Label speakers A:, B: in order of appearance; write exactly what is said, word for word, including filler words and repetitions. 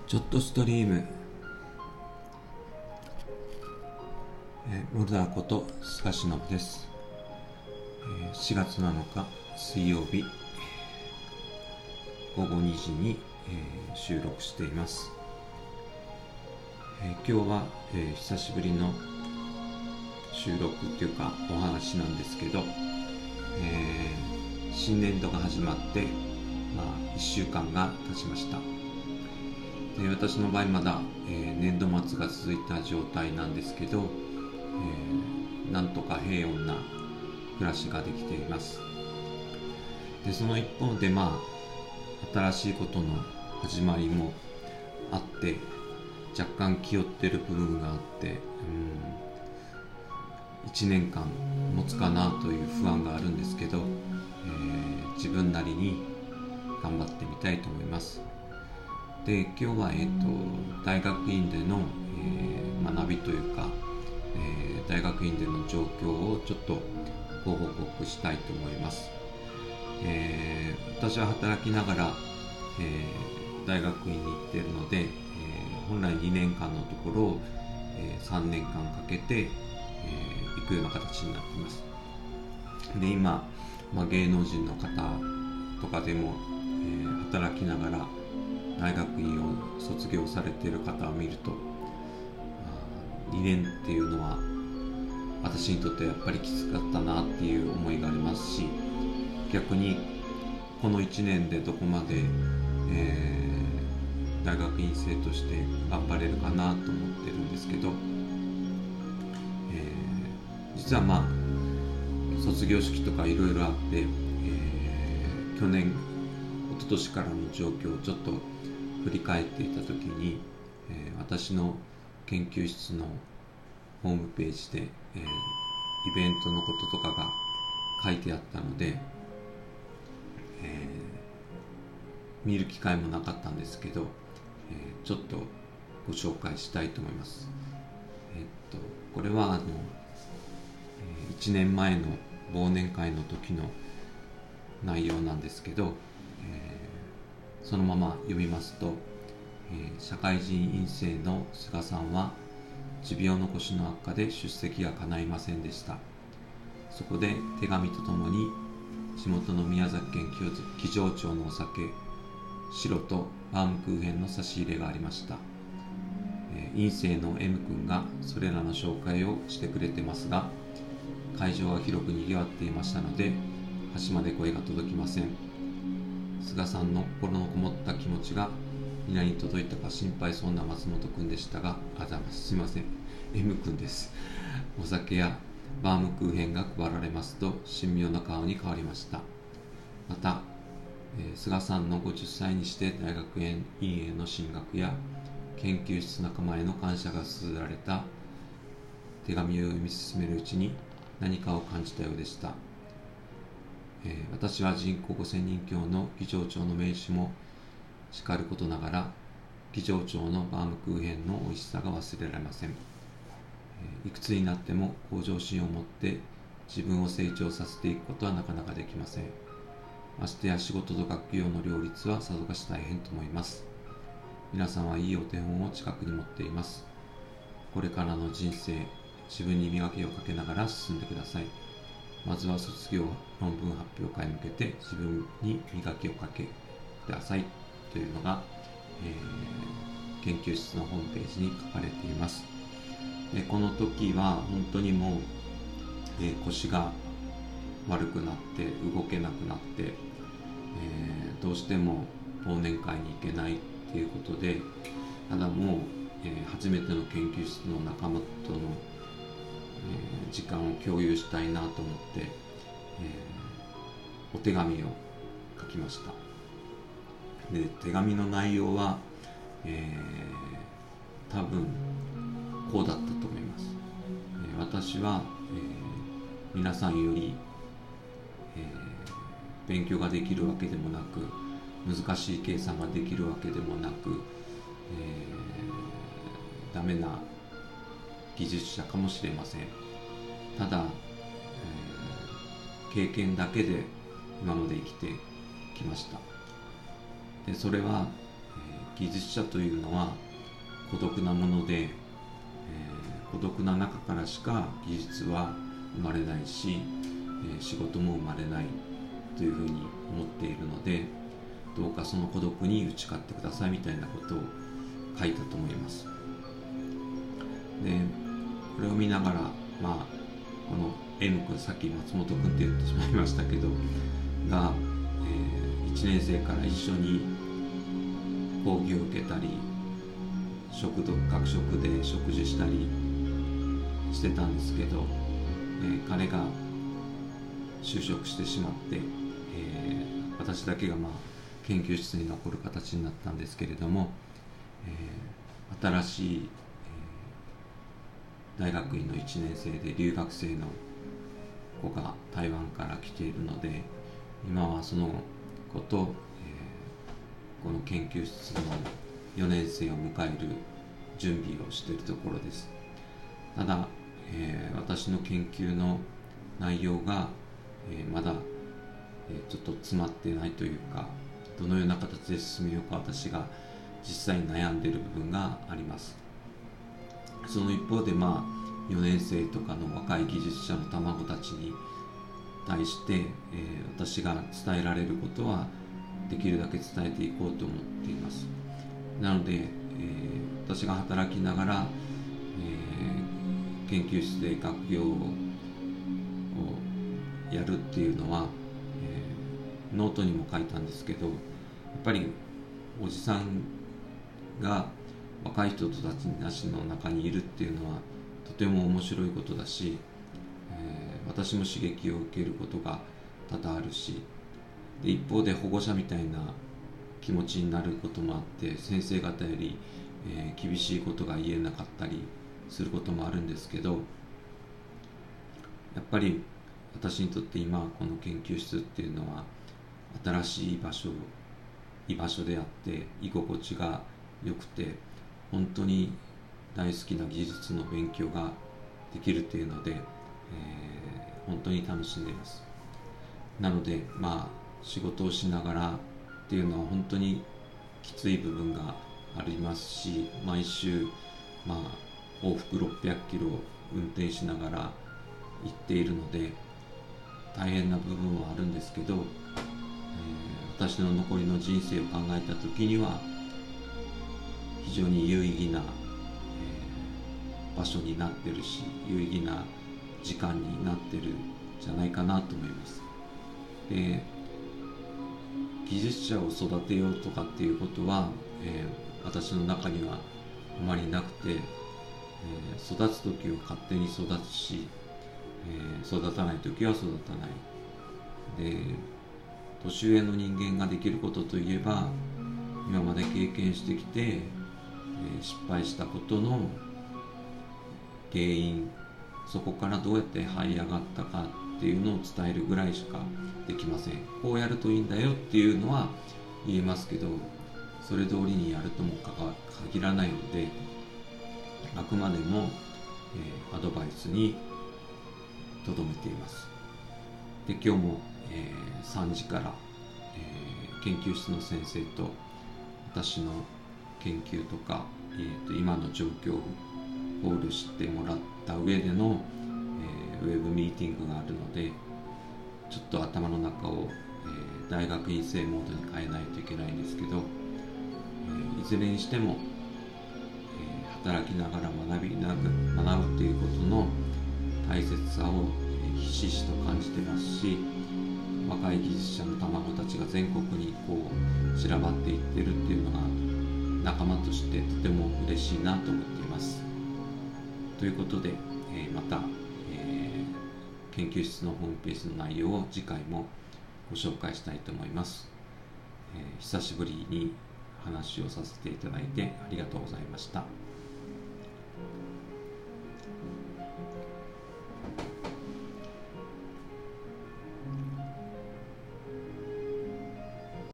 A: ちょっとストリーム、えー、モルダーこと菅忍です、えー、しがつなのか水曜日ごごにじに、えー、収録しています、えー、今日は、えー、久しぶりの収録というかお話なんですけど、えー、新年度が始まって、まあ、いっしゅうかんが経ちました。で私の場合まだ、えー、年度末が続いた状態なんですけど、えー、なんとか平穏な暮らしができています。でその一方で、まあ、新しいことの始まりもあって若干気負ってる部分があって、うん、いちねんかん持つかなという不安があるんですけど、えー、自分なりに頑張ってみたいと思います。で今日は、えー、と大学院での、えー、学びというか、えー、大学院での状況をちょっとご報告したいと思います。えー、私は働きながら、えー、大学院に行っているので、えー、本来にねんかんのところを、えー、さんねんかんかけて、えー、行くような形になっています。で今、まあ、芸能人の方とかでも、えー、働きながら大学院を卒業されている方を見ると、にねんっていうのは私にとってやっぱりきつかったなっていう思いがありますし、逆にこのいちねんでどこまで、えー、大学院生として頑張れるかなと思ってるんですけど、えー、実はまあ卒業式とかいろいろあって、えー、去年一昨年からの状況をちょっと振り返っていたときに、えー、私の研究室のホームページで、えー、イベントのこととかが書いてあったので、えー、見る機会もなかったんですけど、えー、ちょっとご紹介したいと思います。えー、っとこれはあの、えー、いちねんまえの忘年会の時の内容なんですけど、えーそのまま読みますと、えー、社会人院生の菅さんは持病の腰の悪化で出席が叶いませんでした。そこで手紙とともに地元の宮崎県木城町のお酒白とバームクーヘンの差し入れがありました。えー、院生の M 君がそれらの紹介をしてくれてますが、会場は広く賑わっていましたので端まで声が届きません。菅さんの心のこもった気持ちが皆に届いたか心配そうな松本くんでしたが、あざますすいません M くんです。お酒やバームクーヘンが配られますと神妙な顔に変わりました。また、えー、菅さんのごじゅっさいにして大学院への進学や研究室仲間への感謝が綴られた手紙を読み進めるうちに何かを感じたようでした。えー、私は人口ごせんにん強の木城町の名士もしかることながら木城町のバームクーヘンの美味しさが忘れられません。えー、いくつになっても向上心を持って自分を成長させていくことはなかなかできません。ましてや仕事と学業の両立はさぞかし大変と思います。皆さんはいいお手本を近くに持っています。これからの人生、自分に磨きをかけながら進んでください。まずは卒業論文発表会に向けて自分に磨きをかけくださいというのが、えー、研究室のホームページに書かれています。でこの時は本当にもう、えー、腰が悪くなって動けなくなって、えー、どうしても忘年会に行けないっていうことで、ただもう、えー、初めての研究室の仲間とのえー、時間を共有したいなと思って、えー、お手紙を書きました。で手紙の内容は、えー、多分こうだったと思います。えー、私は、えー、皆さんより、えー、勉強ができるわけでもなく難しい計算ができるわけでもなく、えー、ダメな技術者かもしれません。ただ、えー、経験だけで今まで生きてきました。でそれは、えー、 技術者というのは孤独なもので、えー、孤独な中からしか技術は生まれないし、えー、仕事も生まれないというふうに思っているので、どうかその孤独に打ち勝ってくださいみたいなことを書いたと思います。でこれを見ながら、まあ、この M 君、さっき松本君って言ってしまいましたけどが、えー、いちねん生から一緒に講義を受けたり、食堂学食で食事したりしてたんですけど、えー、彼が就職してしまって、えー、私だけが、まあ、研究室に残る形になったんですけれども、えー、新しい、えー、大学院のいちねん生で留学生の子が台湾から来ているので、今はその子と、えー、この研究室のよねん生を迎える準備をしているところです。ただ、えー、私の研究の内容が、えー、まだ、えー、ちょっと詰まってないというか、どのような形で進めようか私が実際に悩んでいる部分があります。その一方で、まあ、よねん生とかの若い技術者の卵たちに対して、えー、私が伝えられることはできるだけ伝えていこうと思っています。なので、えー、私が働きながら、えー、研究室で学業をやるっていうのは、えー、ノートにも書いたんですけど、やっぱりおじさんが若い人たちなしの中にいるっていうのはとても面白いことだし、えー、私も刺激を受けることが多々あるし、で一方で保護者みたいな気持ちになることもあって、先生方より、えー、厳しいことが言えなかったりすることもあるんですけど、やっぱり私にとって今この研究室っていうのは新しい場所居場所であって、居心地が良くて本当に大好きな技術の勉強ができるっていうので、えー、本当に楽しんでいます。なので、まあ仕事をしながらっていうのは本当にきつい部分がありますし、毎週、まあ、往復ろっぴゃくキロ運転しながら行っているので大変な部分はあるんですけど、えー、私の残りの人生を考えた時には非常に有意義な、えー、場所になってるし、有意義な時間になってるんじゃないかなと思います。で技術者を育てようとかっていうことは、えー、私の中にはあまりなくて、えー、育つ時は勝手に育つし、えー、育たない時は育たない。で年上の人間ができることといえば、今まで経験してきて、えー、失敗したことの原因、そこからどうやって這い上がったかっていうのを伝えるぐらいしかできません。こうやるといいんだよっていうのは言えますけど、それ通りにやるとも限らないので、あくまでも、えー、アドバイスにとどめています。で今日も、えー、さんじから、えー、研究室の先生と私の研究とか、えー、と今の状況を考慮してもらった上での、えー、ウェブミーティングがあるので、ちょっと頭の中を、えー、大学院生モードに変えないといけないんですけど、えー、いずれにしても、えー、働きながら学びながら学ぶということの大切さを、えー、ひしひしと感じてますし、若い技術者の卵たちが全国にこう散らばっていってるっていうのが仲間としてとても嬉しいなと思っています。ということで、えー、また、えー、研究室のホームページの内容を次回もご紹介したいと思います。えー、久しぶりに話をさせていただいてありがとうございました。